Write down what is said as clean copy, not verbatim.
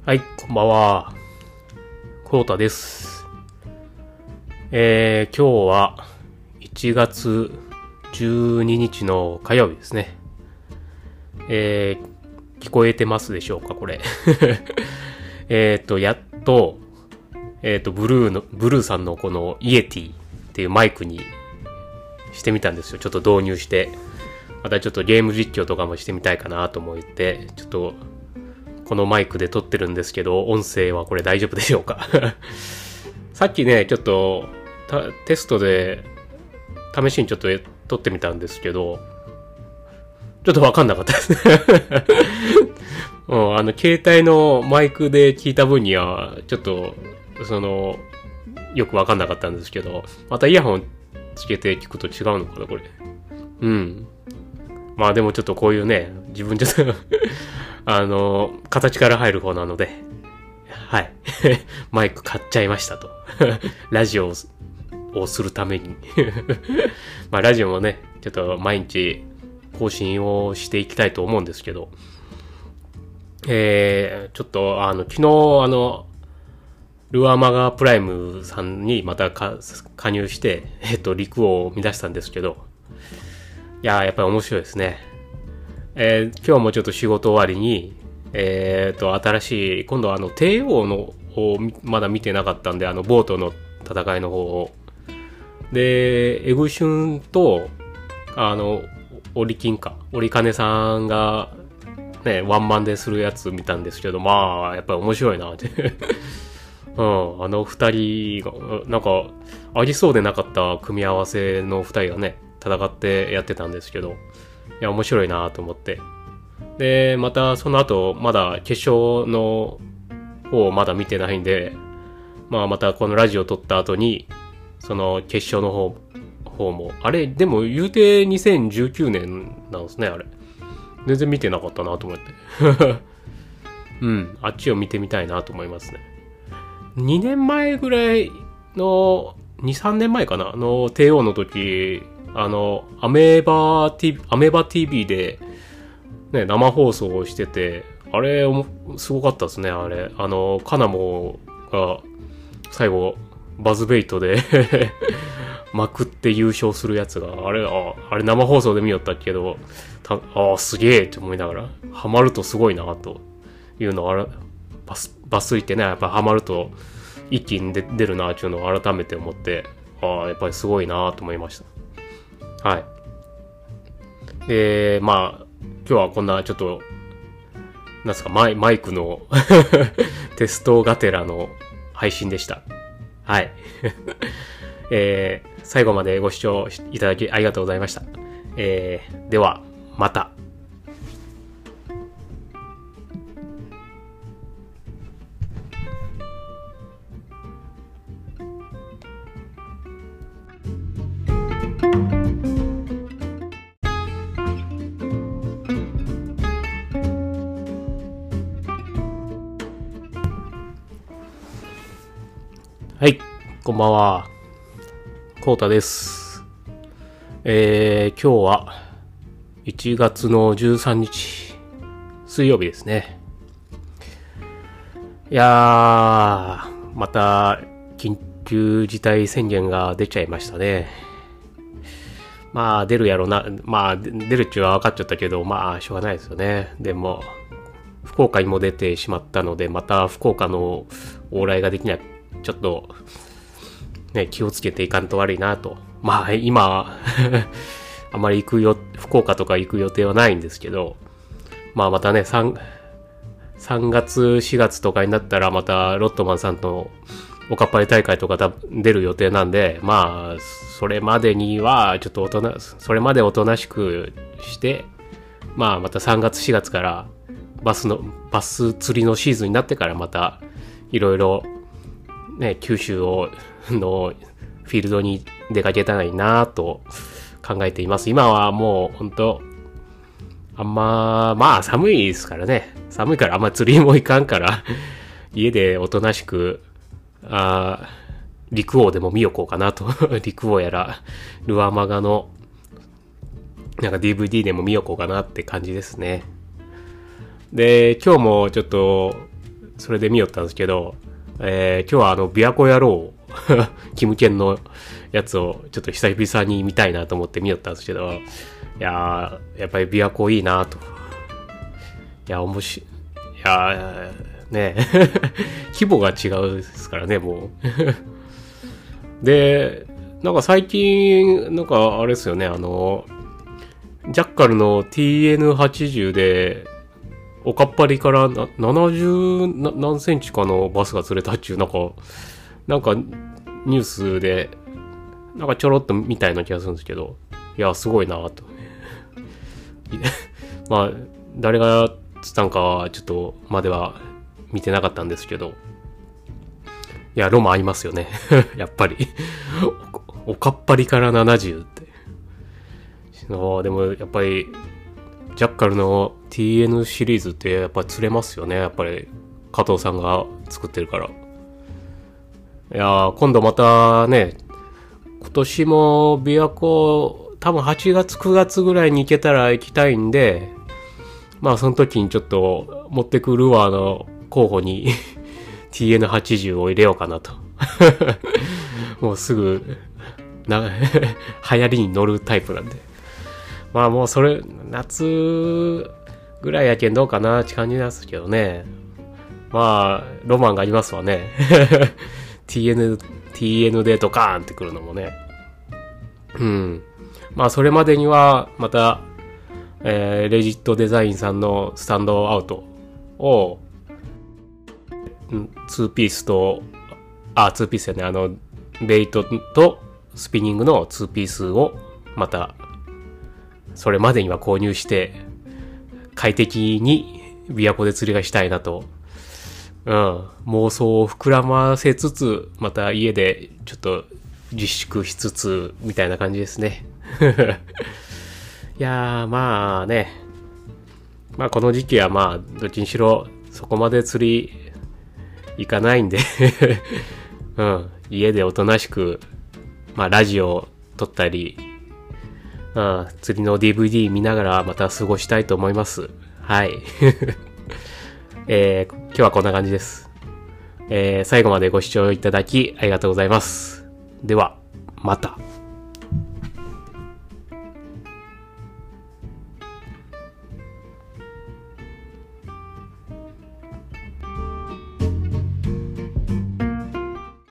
はい、こんばんは。コウタです。今日は1月12日の火曜日ですね。聞こえてますでしょうか、これ。やっと、ブルーさんのこのイエティっていうマイクにしてみたんですよ。ちょっと導入して。またちょっとゲーム実況とかもしてみたいかなと思って、ちょっと、このマイクで撮ってるんですけど、音声はこれ大丈夫でしょうか。さっきね、ちょっとテストで試しにちょっと撮ってみたんですけど、ちょっとわかんなかったですね。携帯のマイクで聞いた分には、ちょっと、よくわかんなかったんですけど、またイヤホンつけて聞くと違うのかな、これ。うん。まあでもちょっとこういうね、自分ちょっと形から入る方なので、はい。マイク買っちゃいましたと。ラジオをするために。まあラジオもね、ちょっと毎日更新をしていきたいと思うんですけど、ちょっと昨日ルアマガプライムさんにまた加入して、リクを見出したんですけど、いやーやっぱり面白いですね。今日もちょっと仕事終わりに、新しい、今度帝王のをまだ見てなかったんで、ボートの戦いの方を。で、エグシュンと、オリカネさんが、ね、ワンマンでするやつ見たんですけど、まあ、やっぱり面白いなって。うん、二人が、なんか、ありそうでなかった組み合わせの二人がね、戦ってやってたんですけど、いや、面白いなと思って。で、またその後、まだ決勝の方をまだ見てないんで、まあまたこのラジオ撮った後に、その決勝の方も、あれ、でも言うて2019年なんですね、あれ。全然見てなかったなと思って。うん、あっちを見てみたいなと思いますね。2年前ぐらいの、2、3年前かなの帝王の時、アメーバ TV で、ね、生放送をしてて、あれ、すごかったですね、あれ。カナモが、最後、バズベイトでまくって優勝するやつが、あれ生放送で見よったけど、すげえって思いながら、ハマるとすごいな、というのを、バスいってね、やっぱハマると、一気に出るな、っていうのを改めて思って、やっぱりすごいな、と思いました。はい。で、まあ、今日はこんなちょっと、なんすか、マイクのテストがてらの配信でした。はい。最後までご視聴いただきありがとうございました。では、また。はい、こんばんは。コウタです。今日は1月の13日、水曜日ですね。いやー、また緊急事態宣言が出ちゃいましたね。まあ出るやろな、まあ出るっちゅうは分かっちゃったけど、まあしょうがないですよね。でも、福岡にも出てしまったので、また福岡の往来ができない。ちょっと、ね、気をつけていかんと悪いなと。まあ、今、あまり福岡とか行く予定はないんですけど、まあまたね、3月、4月とかになったらまたロットマンさんとおかっぱり大会とか出る予定なんで、まあ、それまでには、ちょっとそれまでおとなしくして、まあまた3月、4月からバス釣りのシーズンになってからまた、いろいろ、ね、九州のフィールドに出かけたらいいなと考えています。今はもう本当まあ寒いですからね。寒いからあんま釣りも行かんから家でおとなしく陸王でも見よこうかなと陸王やらルアマガのなんか DVD でも見よこうかなって感じですね。で、今日もちょっとそれで見よったんですけど、今日は琵琶湖野郎、キムケンのやつをちょっと久々に見たいなと思って見よったんですけど、いやー、やっぱり琵琶湖いいなと。いや、面白い。いやー、ね規模が違うですからね、もう。で、なんか最近、なんかあれですよね、ジャッカルの TN80 で、おかっぱりから70何センチかのバスが釣れたっちゅう、なんかニュースで、なんかちょろっと見たいな気がするんですけど、いや、すごいなと。まあ、誰が釣ったんかはちょっとまでは見てなかったんですけど、いや、ロマンありますよね。やっぱり。おかっぱりから70って。でも、やっぱり、ジャッカルの TN シリーズってやっぱり釣れますよね。やっぱり、加藤さんが作ってるから。いやー、今度またね、今年も琵琶湖、多分8月9月ぐらいに行けたら行きたいんで、まあその時にちょっと持ってくルアーの候補にTN80 を入れようかなと。もうすぐ、流行りに乗るタイプなんで。まあもうそれ、夏ぐらいやけんどうかなって感じなんですけどね。まあ、ロマンがありますわね。TN でドカーンってくるのもね。うん。まあそれまでには、また、レジットデザインさんのスタンドアウトを、2ピースと、2ピースやね、ベイトとスピニングの2ピースを、また、それまでには購入して、快適に琵琶湖で釣りがしたいなと、妄想を膨らませつつ、また家でちょっと自粛しつつ、みたいな感じですね。いやー、まあね。まあこの時期はまあ、どっちにしろ、そこまで釣り行かないんで、家でおとなしく、まあラジオ撮ったり、釣りの DVD 見ながらまた過ごしたいと思います。はい。今日はこんな感じです。最後までご視聴いただきありがとうございます。では、また。